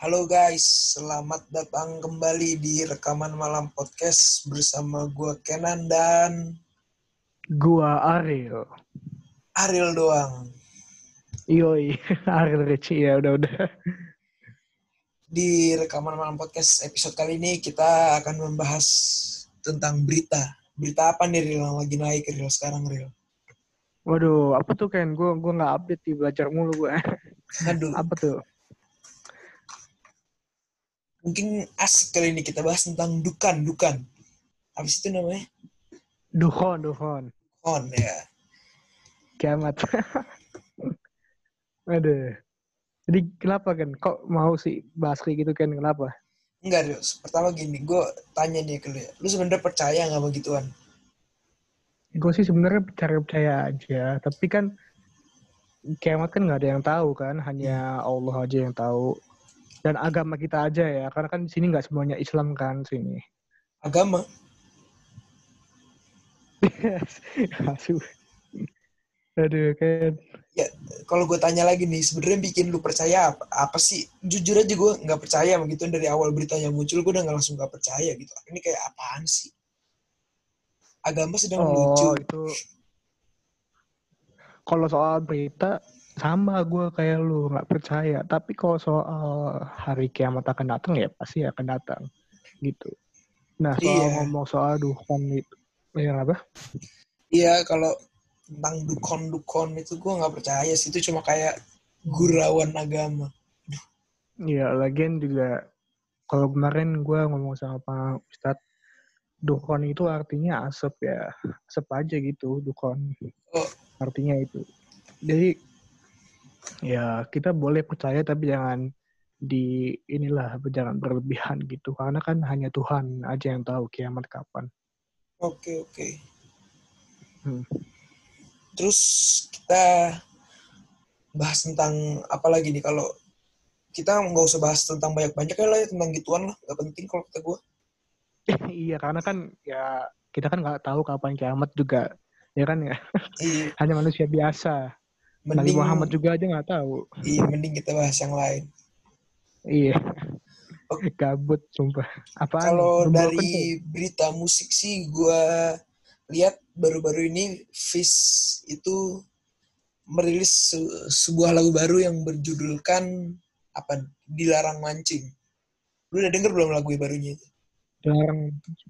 Halo guys, selamat datang kembali di Rekaman Malam Podcast bersama gue Kenan dan Gua Ariel. Ariel doang. Yoi, Ariel Ricci ya udah. Di Rekaman Malam Podcast episode kali ini kita akan membahas tentang berita. Berita apa nih Ril yang lagi naik Ril sekarang Ril? Waduh, apa tuh Ken? Gua nggak update di belajar mulu gue. Aduh, Apa tuh? mungkin asik kali ini kita bahas tentang dukan. Apa sih itu namanya? Duhon. Dukan ya. Kiamat. Aduh. Jadi kenapa kan? Kok mau sih bahas kayak gitu kan? Kenapa? Enggak Ril, pertama gini, gue tanya nih ke lu ya. Lu sebenarnya percaya nggak sama gituan? Gue sih sebenarnya percaya aja. Tapi kan kiamat kan nggak ada yang tahu kan. Hanya Allah aja yang tahu. Dan agama kita aja ya. Karena kan di sini nggak semuanya Islam kan sini. Agama? Asu. Aduh kan. Ya, kalau gue tanya lagi nih, sebenarnya bikin lu percaya apa sih? Jujur aja gue nggak percaya begitu dari awal beritanya muncul, gue udah nggak langsung nggak percaya gitu. Ini kayak apaan sih? Agama sedang Oh melucu. itu kalau soal berita sama gue kayak lu nggak percaya, tapi kalau soal hari kiamat akan datang ya pasti akan datang gitu. Nah soal Iya, ngomong soal duhon itu yang apa? iya kalau tentang dukon itu gue nggak percaya sih. Itu cuma kayak gurauan agama. Ya lagian juga kalau kemarin gue ngomong sama Pak Ustadz, duhon itu artinya asap ya, asap aja gitu duhon Oh, artinya itu. Jadi ya kita boleh percaya tapi jangan jangan berlebihan gitu karena kan hanya Tuhan aja yang tahu kiamat kapan. oke. Hmm. Terus kita bahas tentang apa lagi nih? Kalau kita nggak usah bahas tentang banyak-banyak ya lah ya, tentang gituan lah. Nggak penting kalau kata gue. Iya karena kan ya kita kan nggak tahu kapan kiamat juga ya kan ya. Iya, Hanya manusia biasa. Nabi mending Muhammad juga aja nggak tahu. iya mending kita bahas yang lain. Iya Oke, gabut sumpah. Apaan nih kalau belum broken tuh? dari berita musik sih gue lihat baru-baru ini Fish itu merilis sebuah lagu baru yang berjudulkan apa? Dilarang Mancing. Lu udah denger belum lagu barunya itu? Jarang.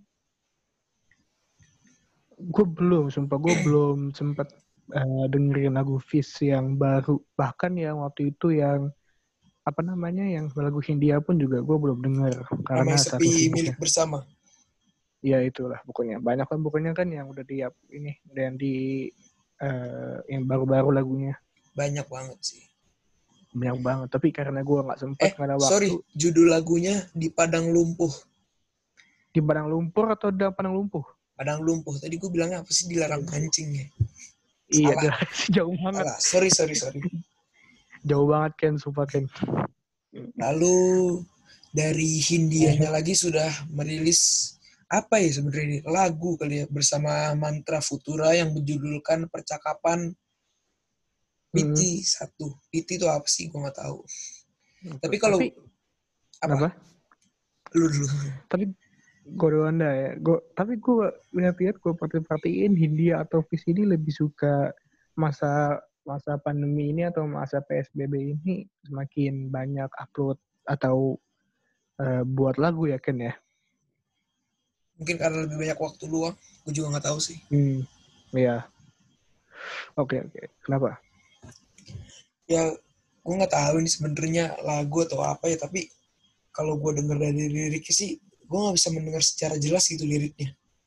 Gue belum sempat dengerin lagu Fish yang baru. Bahkan yang waktu itu yang apa namanya yang lagu Hindia pun juga gue belum denger Namanya karena saking Sepi Milik sibuknya. Bersama. Ya itulah pokoknya banyak kan pokoknya kan yang udah di ini udah yang baru-baru lagunya Banyak banget sih. banyak banget tapi karena gue nggak sempet nggak ada Sorry, waktu. judul lagunya Di Padang Lumpuh. Di padang lumpur atau di padang lumpuh? Padang Lumpuh. Tadi gue bilangnya apa sih Dilarang Lumpuh. Mancing ya? Iya Salah, jelas jauh banget, salah. Sorry. jauh banget Ken sumpah Ken. Lalu dari Hindianya lagi sudah merilis apa ya sebenarnya ini lagu kali ya bersama Mantra Futura yang berjudulkan Percakapan Hmm. PT1. PT itu apa sih? Gue nggak tahu. Tapi Tapi kalau apa? kenapa? Lu dulu. Tapi gue Anda ya gue lihat-lihat gue perhatiin Hindia atau Fis ini lebih suka masa masa pandemi ini atau masa PSBB ini semakin banyak upload atau buat lagu ya Ken ya. Mungkin karena lebih banyak waktu luang. Gue juga nggak tahu sih. Ya oke kenapa? Ya, gue nggak tahu ini sebenarnya lagu atau apa ya. Tapi kalau gue denger dari liriknya sih, gue nggak bisa mendengar secara jelas gitu liriknya.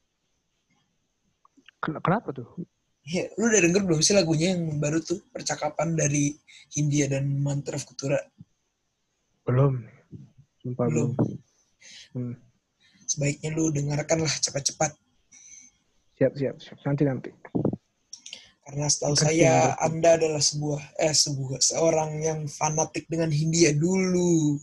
Kenapa tuh? Ya, lu udah denger belum sih lagunya yang baru tuh Percakapan dari Hindia dan Mantra Futura? Belum, sumpah belum. Belum. Sebaiknya lu dengarkanlah cepat-cepat. Siap nanti Karena setahu interesting. saya Anda adalah seorang yang fanatik dengan Hindia dulu.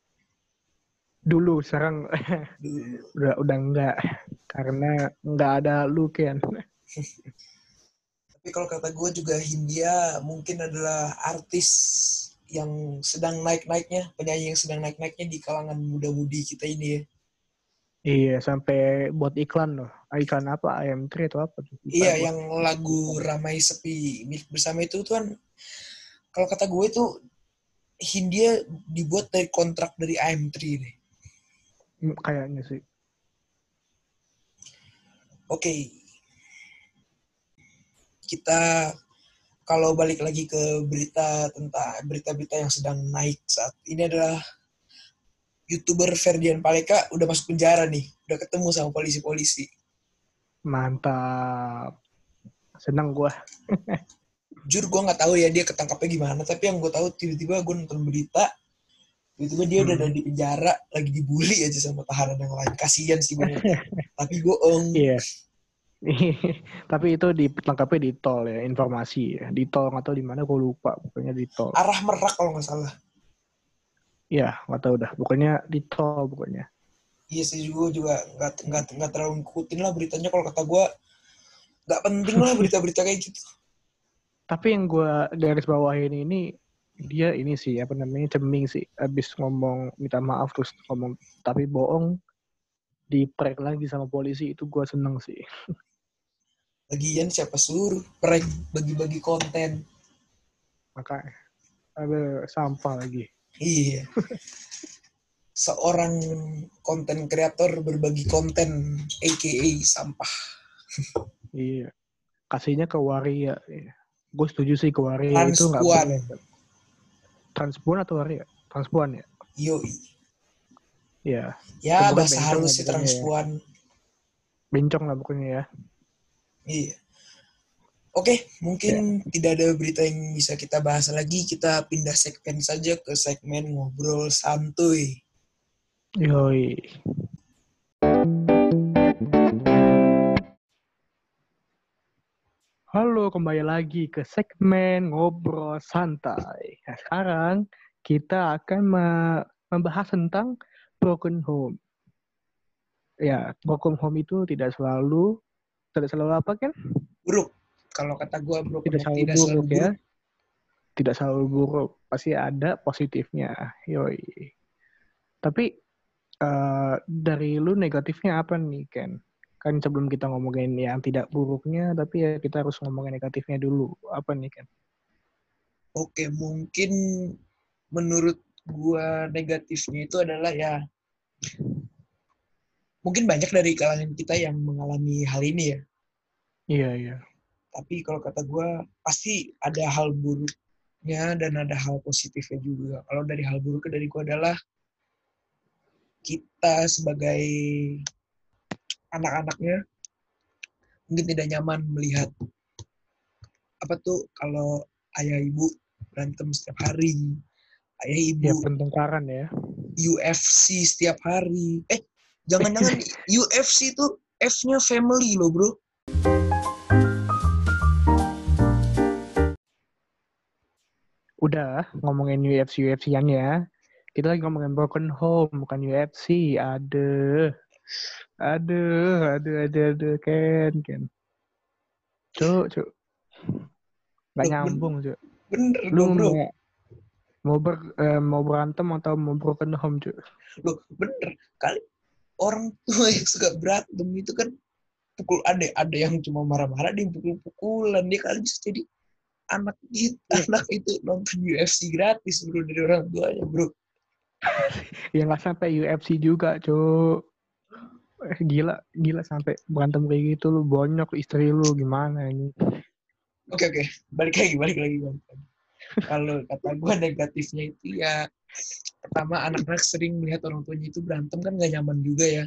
Dulu sekarang Dulu. udah enggak karena enggak ada lu Ken. Tapi kalau kata gue juga Hindia mungkin adalah artis yang sedang naik-naiknya, penyanyi yang sedang naik-naiknya di kalangan muda-mudi kita ini ya. Iya, sampai buat iklan loh. Iklan apa? AM3 atau apa tuh? Lupa Iya, gua. yang lagu Ramai Sepi Milik Bersama itu tuh kan, kalau kata gue itu Hindia dibuat dari kontrak dari AM3 deh. Kayaknya sih. Oke, kita kalau balik lagi ke berita tentang berita-berita yang sedang naik saat ini adalah YouTuber Ferdian Paleka udah masuk penjara nih, udah ketemu sama polisi-polisi. Mantap. Senang gua. Jujur gue nggak tahu ya dia ketangkapnya gimana, tapi yang gue tahu tiba-tiba gue nonton berita, tiba-tiba dia udah ada di penjara, lagi dibully aja sama tahanan yang lain. Kasian sih gue ngeliatnya. Tapi bohong. Iya. Tapi itu ditangkapnya di tol ya, informasi ya. Di tol atau di mana gue lupa, pokoknya di tol. Arah Merak kalau nggak salah. Iya, nggak tahu dah. Pokoknya di tol pokoknya. Iya sih, gue juga nggak terlalu ngikutin lah beritanya. Kalau kata gue nggak penting lah berita-berita kayak gitu. Tapi yang gue garis bawahin ini dia ini sih apa namanya ceming sih. Abis ngomong minta maaf terus ngomong tapi bohong di prank lagi sama polisi itu gue seneng sih. Lagian siapa suruh prank bagi-bagi konten. Maka ada sampah lagi. Iya. Seorang konten kreator berbagi konten aka sampah. Iya. Kasihnya ke Waria. Iya. Gue setuju sih ke Waria itu nggak Transpuan. boleh. Transpuan atau Waria? Transpuan ya? Yoi. Iya. Ya Pokoknya bahasa bencong lah halus si pokoknya ya. transpuan. Bencong lah pokoknya ya. Iya. Oke, mungkin tidak ada berita yang bisa kita bahas lagi. Kita pindah segmen saja ke segmen ngobrol santuy. Yoi. Halo, kembali lagi ke segmen ngobrol santai. Nah, sekarang kita akan membahas tentang broken home. Ya, broken home itu tidak selalu apa kan? Buruk. Kalau kata gue broken Tidak home selalu tidak selalu buruk ya. buruk. Tidak selalu buruk. Pasti ada positifnya. Yoi. Tapi dari lu negatifnya apa nih, Ken? Kan sebelum kita ngomongin yang tidak buruknya, tapi ya kita harus ngomongin negatifnya dulu. Apa nih, Ken? Oke, mungkin menurut gue negatifnya itu adalah ya mungkin banyak dari kalangan kita yang mengalami hal ini ya. Iya, iya. Tapi kalau kata gue pasti ada hal buruknya dan ada hal positifnya juga. Kalau dari hal buruknya dari gue adalah kita sebagai anak-anaknya mungkin tidak nyaman melihat apa tuh kalau ayah ibu berantem setiap hari, ayah Ya, ibu pertengkaran ya. UFC setiap hari. Jangan-jangan UFC itu F-nya family loh bro. Udah ngomongin UFC-an ya. Kita lagi ngomongin broken home, bukan UFC. Aduh, Ken. Cuk. Gak Loh, nyambung, Cuk. bener Lu dong bro. mau berantem atau mau broken home, Cuk? Loh bener. Kali orang tua yang suka berantem itu kan pukul ada yang cuma marah-marah, dia pukul-pukulan, dia kali bisa jadi anak gitu, Iya. anak itu nonton UFC gratis bro dari orang tuanya bro. Ya nggak sampai UFC juga, Cuk. Gila sampai berantem kayak gitu lu bonyok istri lu gimana ini? Oke, balik lagi. Kalau kata gue negatifnya itu ya pertama anak-anak sering melihat orang tuanya itu berantem kan gak nyaman juga ya.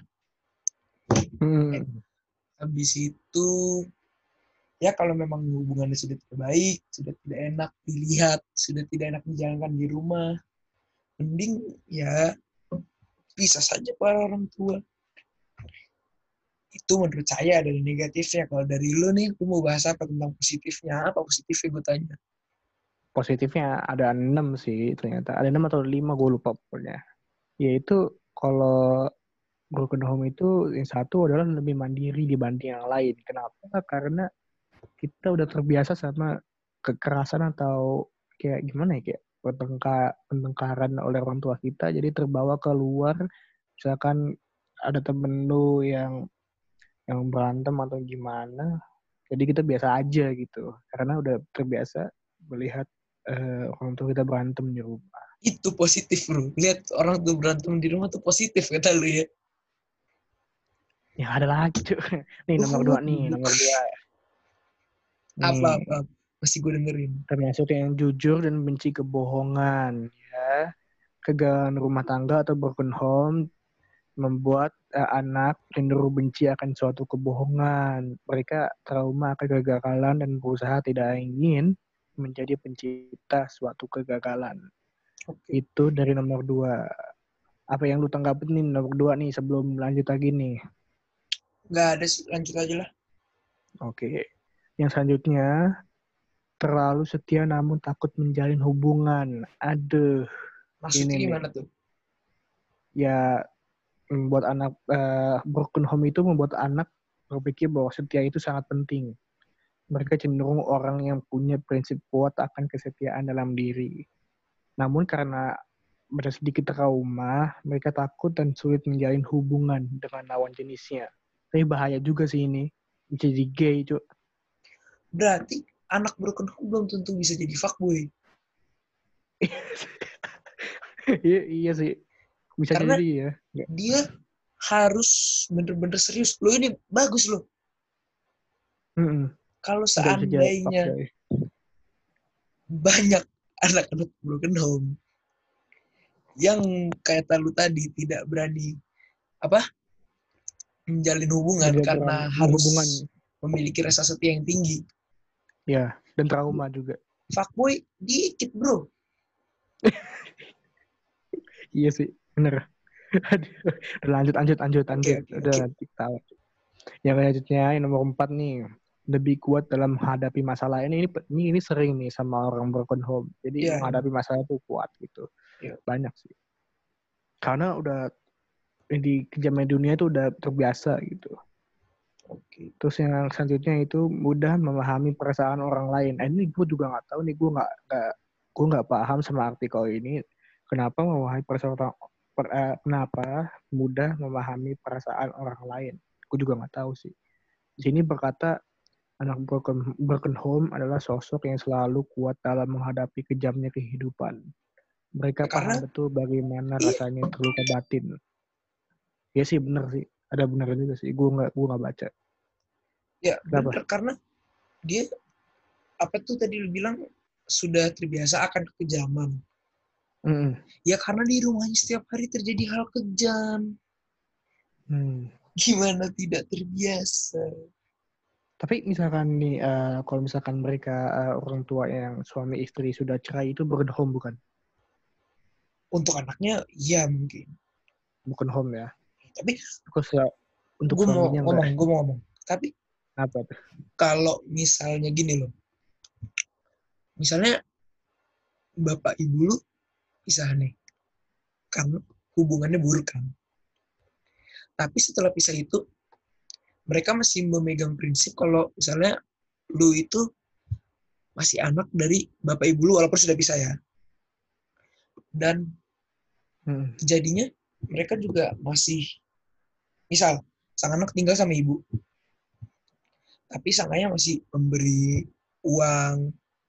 Habis itu ya kalau memang hubungannya sudah tidak baik, sudah tidak enak dilihat, sudah tidak enak menjalankan di rumah, mending ya bisa saja para orang tua. Itu menurut saya ada negatifnya. Kalau dari lu nih, lu mau bahas apa tentang positifnya? Apa positifnya gue tanya? Positifnya ada 6 sih ternyata. Ada 6 atau 5 gue lupa pokoknya. Yaitu kalau broken home itu yang satu adalah lebih mandiri dibanding yang lain. Kenapa? Karena kita udah terbiasa sama kekerasan atau kayak gimana ya, kayak pertengkaran oleh orang tua kita, jadi terbawa keluar. Misalkan ada temen lu yang berantem atau gimana, jadi kita biasa aja gitu, karena udah terbiasa melihat orang tua kita berantem di rumah. Itu positif bro. Lihat orang tuh berantem di rumah tuh positif kata lu ya. Ya ada lagi cuy. Nih nomor 2 nih, nomor 2. Nih, Apa masih gue dengerin. termasuk yang jujur dan benci kebohongan ya. Kegagalan rumah tangga atau broken home membuat anak cenderung benci akan suatu kebohongan. Mereka trauma kegagalan dan berusaha tidak ingin menjadi pencipta suatu kegagalan. Oke. Itu dari nomor 2. Apa yang lu tanggapin nih nomor 2 nih sebelum lanjut lagi nih? Nggak ada sih, lanjut aja lah. Oke. Yang selanjutnya, terlalu setia namun takut menjalin hubungan. Aduh, Maksudnya ini nih. gimana tuh? Ya, membuat anak broken home itu membuat anak berpikir bahwa setia itu sangat penting. Mereka cenderung orang yang punya prinsip kuat akan kesetiaan dalam diri. Namun karena ada sedikit trauma, mereka takut dan sulit menjalin hubungan dengan lawan jenisnya. Tapi bahaya juga sih ini. Bisa jadi gay, cuy. Berarti anak broken home belum tentu bisa jadi fuckboy. Iya, iya sih. Bisa Karena jadi ya. dia harus bener-bener serius. Lo ini bagus loh. Kalau Nggak bisa jadi seandainya fuckboy. banyak anak-anak broken home yang kayak lu tadi tidak berani apa menjalin hubungan Tidak karena berani harus berhubungan. memiliki rasa setia yang tinggi. Ya, dan trauma juga. Fuckboy dikit bro. Iya sih, bener. Udah lanjut. Oke. Udah nanti tahu. Yang selanjutnya, yang nomor 4 nih. Lebih kuat dalam menghadapi masalah. Ini sering nih sama orang broken home. Jadi Ya, menghadapi masalah itu kuat gitu. ya. Banyak sih. Karena udah di kejamnya dunia itu udah terbiasa gitu. Oke. Terus yang selanjutnya itu mudah memahami perasaan orang lain. Ini gue juga nggak tahu nih, gue nggak paham sama artikel ini. Kenapa memahami perasaan kenapa mudah memahami perasaan orang lain? Gue juga nggak tahu sih. Di sini berkata anak broken home adalah sosok yang selalu kuat dalam menghadapi kejamnya kehidupan. Ya, Mereka karena paham betul bagaimana iya, rasanya terluka batin. Ya sih bener sih, ada bener juga sih. Gue nggak baca. ya Kenapa? bener karena dia apa tuh tadi lu bilang sudah terbiasa akan kekejaman. Mm-mm. Ya karena di rumahnya setiap hari terjadi hal kejam. Hmm. Gimana tidak terbiasa? Tapi misalkan nih, kalau misalkan mereka orang tua yang suami istri sudah cerai itu broken home bukan? Untuk anaknya, ya mungkin. Bukan home ya. Tapi Terus ya, untuk suaminya enggak. gue mau ngomong. Tapi Apa tuh? kalau misalnya gini loh, misalnya bapak ibu lu pisah nih, karena hubungannya buruk kan. Tapi setelah pisah itu, mereka masih memegang prinsip kalau misalnya lu itu masih anak dari bapak ibu lu walaupun sudah pisah ya. Dan jadinya mereka juga masih, misal sang anak tinggal sama ibu, tapi sang ayah masih memberi uang,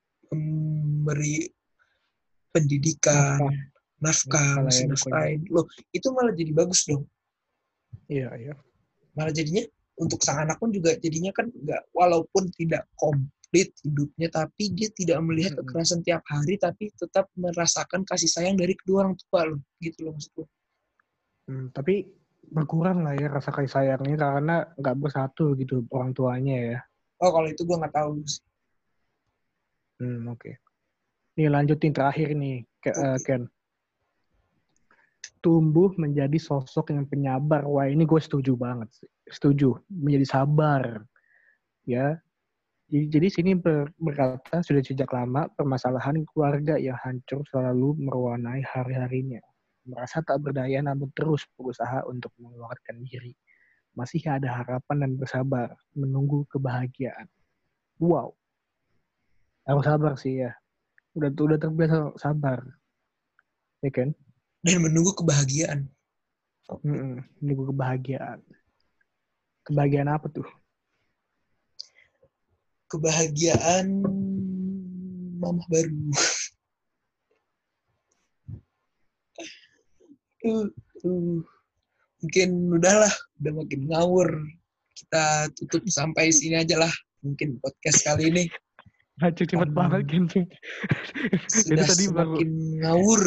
memberi pendidikan, Nafkah. nafkah, Nafkah lah ya masih pokoknya. nafkahin. Loh, itu malah jadi bagus dong. Iya, iya. Malah jadinya untuk sang anak pun juga jadinya kan nggak, walaupun tidak komplit hidupnya, tapi dia tidak melihat kekerasan tiap hari, tapi tetap merasakan kasih sayang dari kedua orang tua loh. Gitu loh maksud gue. Tapi berkurang lah ya rasa kasih sayangnya karena nggak bersatu gitu orang tuanya ya. Oh, kalau itu gue nggak tahu sih. Oke. Nih lanjutin terakhir nih, Oke. Ken. Tumbuh menjadi sosok yang penyabar. Wah ini gue setuju banget sih. Setuju. Menjadi sabar. Ya. Jadi sini berkata sudah sejak lama permasalahan keluarga yang hancur selalu mewarnai hari-harinya. Merasa tak berdaya namun terus berusaha untuk mengeluarkan diri. Masih ada harapan dan bersabar menunggu kebahagiaan. Wow. Harus sabar sih ya. Udah terbiasa sabar, ya kan? Dan menunggu kebahagiaan. Menunggu kebahagiaan. Kebahagiaan apa tuh? Kebahagiaan mama baru. Mungkin udahlah, udah makin ngawur. Kita tutup sampai sini aja lah. Mungkin podcast kali ini. Hancur cepet banget kan. Itu Sudah tadi baru. semakin ngawur.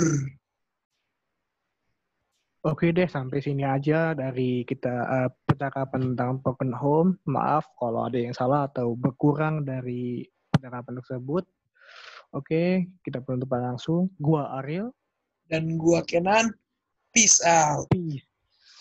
Oke deh, sampai sini aja dari kita percakapan tentang broken home. Maaf kalau ada yang salah atau berkurang dari percakapan tersebut. Oke, kita penutupan langsung. Gua Ariel. Dan gua Kenan. Peace out. Peace.